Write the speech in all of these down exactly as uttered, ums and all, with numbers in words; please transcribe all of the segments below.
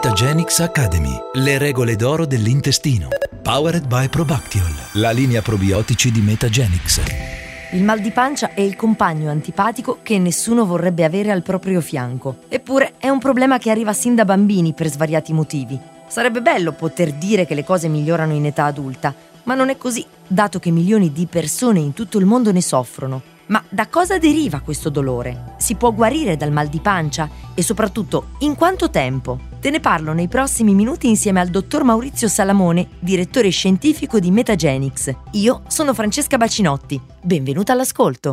Metagenix Academy, le regole d'oro dell'intestino. Powered by Probactiol, la linea probiotici di Metagenix. Il mal di pancia è il compagno antipatico che nessuno vorrebbe avere al proprio fianco. Eppure è un problema che arriva sin da bambini per svariati motivi. Sarebbe bello poter dire che le cose migliorano in età adulta, ma non è così, dato che milioni di persone in tutto il mondo ne soffrono. Ma da cosa deriva questo dolore? Si può guarire dal mal di pancia? E soprattutto, in quanto tempo? Te ne parlo nei prossimi minuti insieme al dottor Maurizio Salamone, direttore scientifico di Metagenix. Io sono Francesca Bacinotti. Benvenuta all'ascolto.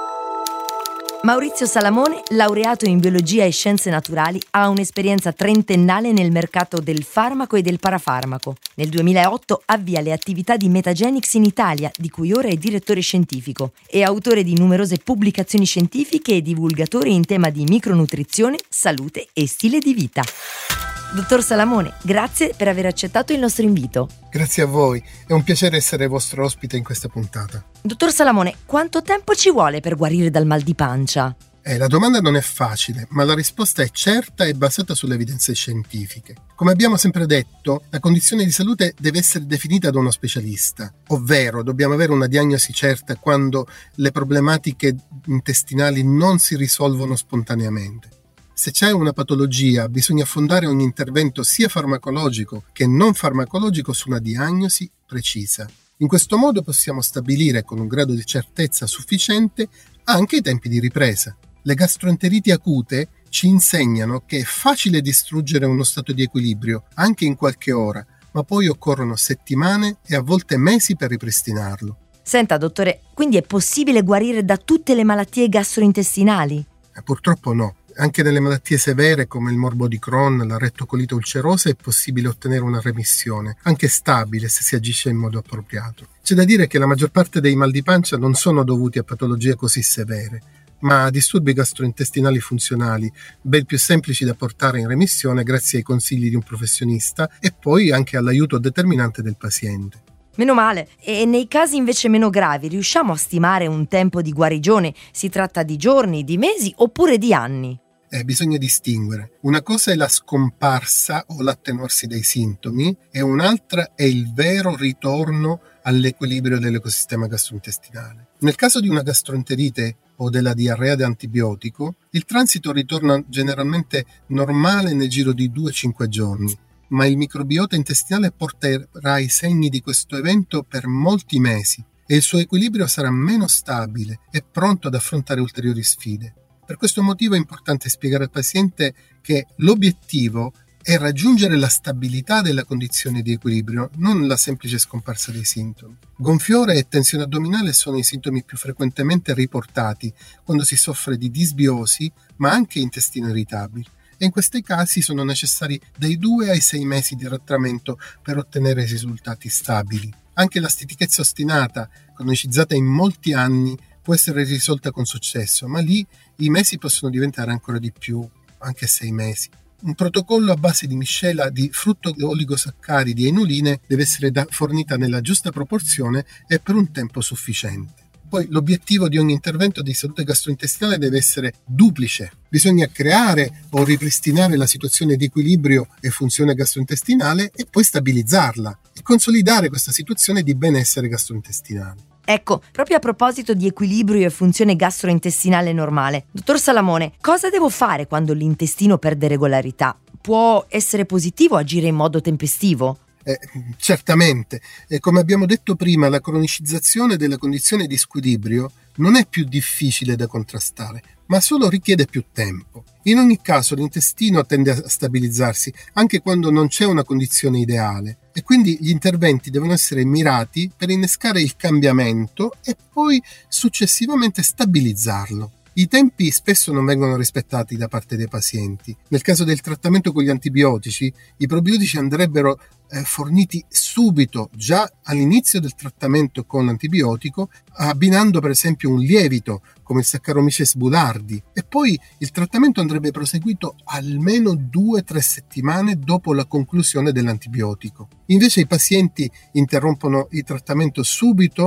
Maurizio Salamone, laureato in biologia e scienze naturali, ha un'esperienza trentennale nel mercato del farmaco e del parafarmaco. Nel duemilaotto avvia le attività di Metagenix in Italia, di cui ora è direttore scientifico. È autore di numerose pubblicazioni scientifiche e divulgatore in tema di micronutrizione, salute e stile di vita. Dottor Salamone, grazie per aver accettato il nostro invito. Grazie a voi, è un piacere essere vostro ospite in questa puntata. Dottor Salamone, quanto tempo ci vuole per guarire dal mal di pancia? Eh, la domanda non è facile, ma la risposta è certa e basata sulle evidenze scientifiche. Come abbiamo sempre detto, la condizione di salute deve essere definita da uno specialista, ovvero dobbiamo avere una diagnosi certa quando le problematiche intestinali non si risolvono spontaneamente. Se c'è una patologia, bisogna fondare un intervento sia farmacologico che non farmacologico su una diagnosi precisa. In questo modo possiamo stabilire con un grado di certezza sufficiente anche i tempi di ripresa. Le gastroenteriti acute ci insegnano che è facile distruggere uno stato di equilibrio anche in qualche ora, ma poi occorrono settimane e a volte mesi per ripristinarlo. Senta, dottore, quindi è possibile guarire da tutte le malattie gastrointestinali? Eh, purtroppo no. Anche nelle malattie severe come il morbo di Crohn, la rettocolite ulcerosa è possibile ottenere una remissione, anche stabile se si agisce in modo appropriato. C'è da dire che la maggior parte dei mal di pancia non sono dovuti a patologie così severe, ma a disturbi gastrointestinali funzionali, ben più semplici da portare in remissione grazie ai consigli di un professionista e poi anche all'aiuto determinante del paziente. Meno male. E nei casi invece meno gravi riusciamo a stimare un tempo di guarigione? Si tratta di giorni, di mesi oppure di anni? Eh, bisogna distinguere. Una cosa è la scomparsa o l'attenuarsi dei sintomi e un'altra è il vero ritorno all'equilibrio dell'ecosistema gastrointestinale. Nel caso di una gastroenterite o della diarrea da antibiotico, il transito ritorna generalmente normale nel giro di due cinque giorni. Ma il microbiota intestinale porterà i segni di questo evento per molti mesi e il suo equilibrio sarà meno stabile e pronto ad affrontare ulteriori sfide. Per questo motivo è importante spiegare al paziente che l'obiettivo è raggiungere la stabilità della condizione di equilibrio, non la semplice scomparsa dei sintomi. Gonfiore e tensione addominale sono i sintomi più frequentemente riportati quando si soffre di disbiosi, ma anche intestino irritabili. E in questi casi sono necessari dai due ai sei mesi di trattamento per ottenere risultati stabili. Anche la stitichezza ostinata, cronicizzata in molti anni, può essere risolta con successo, ma lì i mesi possono diventare ancora di più, anche sei mesi. Un protocollo a base di miscela di frutto oligosaccaridi e inuline deve essere da- fornita nella giusta proporzione e per un tempo sufficiente. Poi l'obiettivo di ogni intervento di salute gastrointestinale deve essere duplice. Bisogna creare o ripristinare la situazione di equilibrio e funzione gastrointestinale e poi stabilizzarla e consolidare questa situazione di benessere gastrointestinale. Ecco, proprio a proposito di equilibrio e funzione gastrointestinale normale, dottor Salamone, cosa devo fare quando l'intestino perde regolarità? Può essere positivo agire in modo tempestivo? Eh, certamente, eh, come abbiamo detto prima, la cronicizzazione della condizione di squilibrio non è più difficile da contrastare, ma solo richiede più tempo. In ogni caso l'intestino tende a stabilizzarsi anche quando non c'è una condizione ideale e quindi gli interventi devono essere mirati per innescare il cambiamento e poi successivamente stabilizzarlo. I tempi spesso non vengono rispettati da parte dei pazienti. Nel caso del trattamento con gli antibiotici, i probiotici andrebbero eh, forniti subito, già all'inizio del trattamento con l'antibiotico, abbinando per esempio un lievito come il Saccharomyces boulardii, e poi il trattamento andrebbe proseguito almeno due tre settimane dopo la conclusione dell'antibiotico. Invece i pazienti interrompono il trattamento subito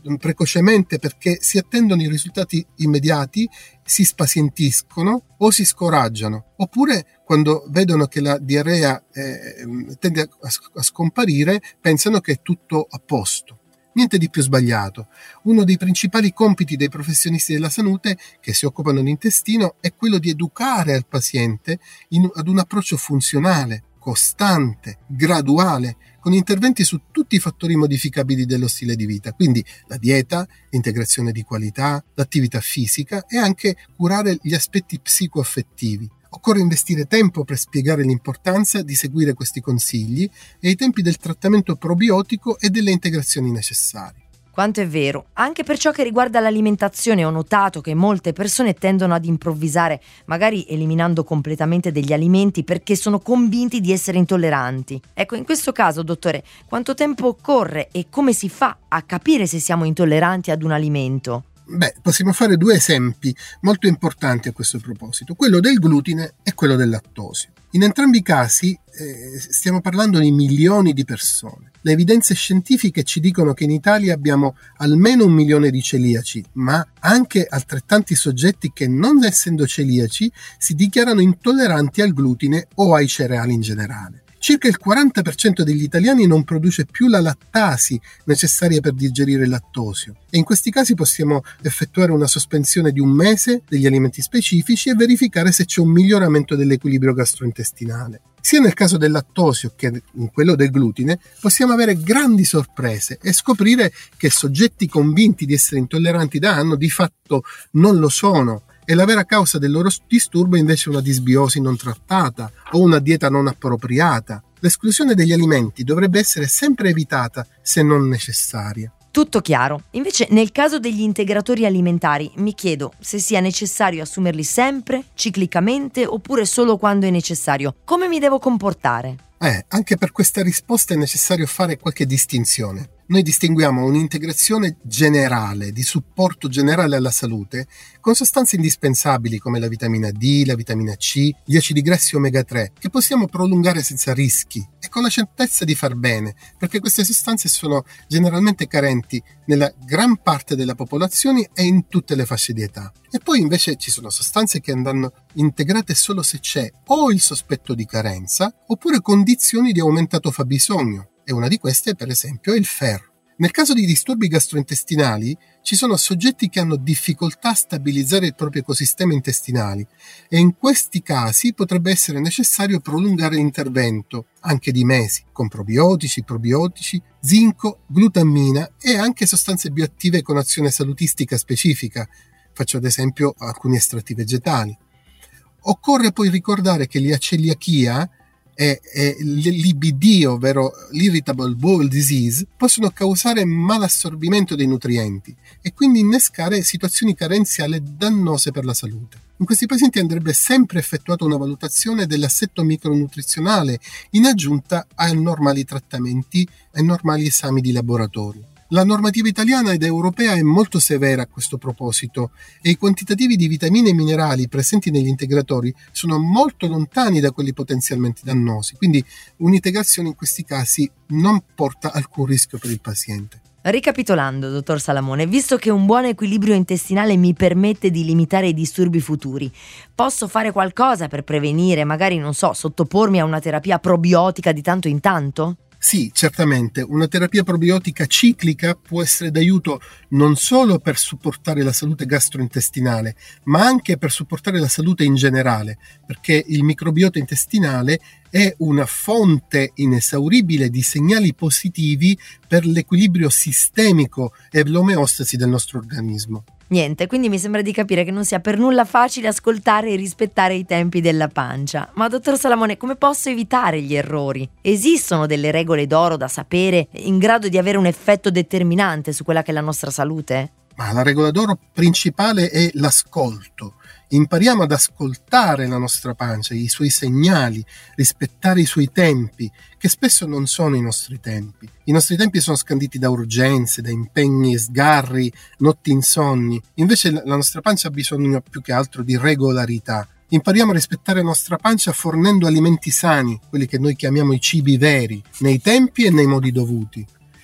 precocemente perché si attendono i risultati immediati, si spazientiscono o si scoraggiano, oppure quando vedono che la diarrea eh, tende a, a scomparire pensano che è tutto a posto. Niente di più sbagliato. Uno dei principali compiti dei professionisti della salute che si occupano dell'intestino è quello di educare il paziente in, ad un approccio funzionale, costante, graduale, con interventi su tutti i fattori modificabili dello stile di vita, quindi la dieta, l'integrazione di qualità, l'attività fisica e anche curare gli aspetti psicoaffettivi. Occorre investire tempo per spiegare l'importanza di seguire questi consigli e i tempi del trattamento probiotico e delle integrazioni necessarie. Quanto è vero. Anche per ciò che riguarda l'alimentazione ho notato che molte persone tendono ad improvvisare, magari eliminando completamente degli alimenti perché sono convinti di essere intolleranti. Ecco, in questo caso, dottore, quanto tempo occorre e come si fa a capire se siamo intolleranti ad un alimento? Beh, possiamo fare due esempi molto importanti a questo proposito, quello del glutine e quello del lattosio. In entrambi i casi eh, stiamo parlando di milioni di persone. Le evidenze scientifiche ci dicono che in Italia abbiamo almeno un milione di celiaci, ma anche altrettanti soggetti che, non essendo celiaci, si dichiarano intolleranti al glutine o ai cereali in generale. Circa il quaranta per cento degli italiani non produce più la lattasi necessaria per digerire il lattosio e in questi casi possiamo effettuare una sospensione di un mese degli alimenti specifici e verificare se c'è un miglioramento dell'equilibrio gastrointestinale. Sia nel caso del lattosio che in quello del glutine possiamo avere grandi sorprese e scoprire che soggetti convinti di essere intolleranti da anno di fatto non lo sono. E la vera causa del loro disturbo è invece una disbiosi non trattata o una dieta non appropriata. L'esclusione degli alimenti dovrebbe essere sempre evitata se non necessaria. Tutto chiaro. Invece nel caso degli integratori alimentari mi chiedo se sia necessario assumerli sempre, ciclicamente oppure solo quando è necessario. Come mi devo comportare? Eh, anche per questa risposta è necessario fare qualche distinzione. Noi distinguiamo un'integrazione generale, di supporto generale alla salute, con sostanze indispensabili come la vitamina D, la vitamina C, gli acidi grassi omega tre, che possiamo prolungare senza rischi e con la certezza di far bene, perché queste sostanze sono generalmente carenti nella gran parte della popolazione e in tutte le fasce di età. E poi invece ci sono sostanze che andranno integrate solo se c'è o il sospetto di carenza oppure condizioni di aumentato fabbisogno. E una di queste, per esempio, è il ferro. Nel caso di disturbi gastrointestinali, ci sono soggetti che hanno difficoltà a stabilizzare il proprio ecosistema intestinale e in questi casi potrebbe essere necessario prolungare l'intervento, anche di mesi, con probiotici, probiotici, zinco, glutammina e anche sostanze bioattive con azione salutistica specifica. Faccio ad esempio alcuni estratti vegetali. Occorre poi ricordare che la celiachia e, e l'I B D, ovvero l'Irritable Bowel Disease, possono causare malassorbimento dei nutrienti e quindi innescare situazioni carenziali dannose per la salute. In questi pazienti andrebbe sempre effettuata una valutazione dell'assetto micronutrizionale in aggiunta ai normali trattamenti e ai normali esami di laboratorio. La normativa italiana ed europea è molto severa a questo proposito e i quantitativi di vitamine e minerali presenti negli integratori sono molto lontani da quelli potenzialmente dannosi, quindi un'integrazione in questi casi non porta alcun rischio per il paziente. Ricapitolando, dottor Salamone, visto che un buon equilibrio intestinale mi permette di limitare i disturbi futuri, posso fare qualcosa per prevenire, magari, non so, sottopormi a una terapia probiotica di tanto in tanto? Sì, certamente, una terapia probiotica ciclica può essere d'aiuto non solo per supportare la salute gastrointestinale, ma anche per supportare la salute in generale, perché il microbiota intestinale è una fonte inesauribile di segnali positivi per l'equilibrio sistemico e l'omeostasi del nostro organismo. Niente, quindi mi sembra di capire che non sia per nulla facile ascoltare e rispettare i tempi della pancia. Ma dottor Salamone, come posso evitare gli errori? Esistono delle regole d'oro da sapere in grado di avere un effetto determinante su quella che è la nostra salute? Ma la regola d'oro principale è l'ascolto. Impariamo ad ascoltare la nostra pancia, i suoi segnali, rispettare i suoi tempi, che spesso non sono i nostri tempi. I nostri tempi sono scanditi da urgenze, da impegni, sgarri, notti insonni. Invece la nostra pancia ha bisogno più che altro di regolarità. Impariamo a rispettare la nostra pancia fornendo alimenti sani, quelli che noi chiamiamo i cibi veri, nei tempi e nei modi dovuti.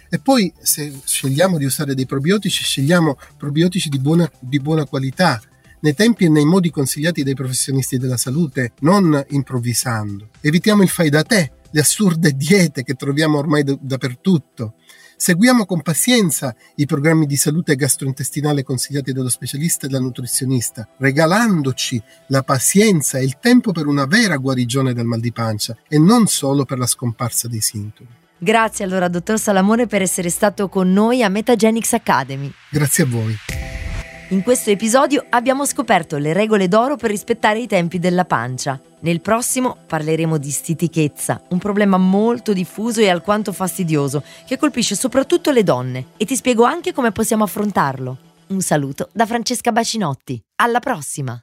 E poi se scegliamo di usare dei probiotici, scegliamo probiotici di buona, di buona qualità, nei tempi e nei modi consigliati dai professionisti della salute, non improvvisando. Evitiamo il fai da te, le assurde diete che troviamo ormai d- dappertutto. Seguiamo con pazienza i programmi di salute gastrointestinale consigliati dallo specialista e dal nutrizionista, regalandoci la pazienza e il tempo per una vera guarigione dal mal di pancia e non solo per la scomparsa dei sintomi. Grazie allora, dottor Salamone, per essere stato con noi a Metagenics Academy. Grazie a voi. In questo episodio abbiamo scoperto le regole d'oro per rispettare i tempi della pancia. Nel prossimo parleremo di stitichezza, un problema molto diffuso e alquanto fastidioso che colpisce soprattutto le donne, e ti spiego anche come possiamo affrontarlo. Un saluto da Francesca Bacinotti. Alla prossima!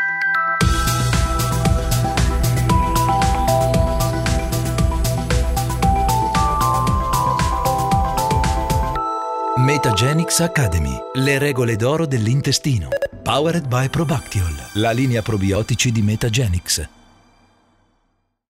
Metagenics Academy, le regole d'oro dell'intestino. Powered by Probactiol, la linea probiotici di Metagenics.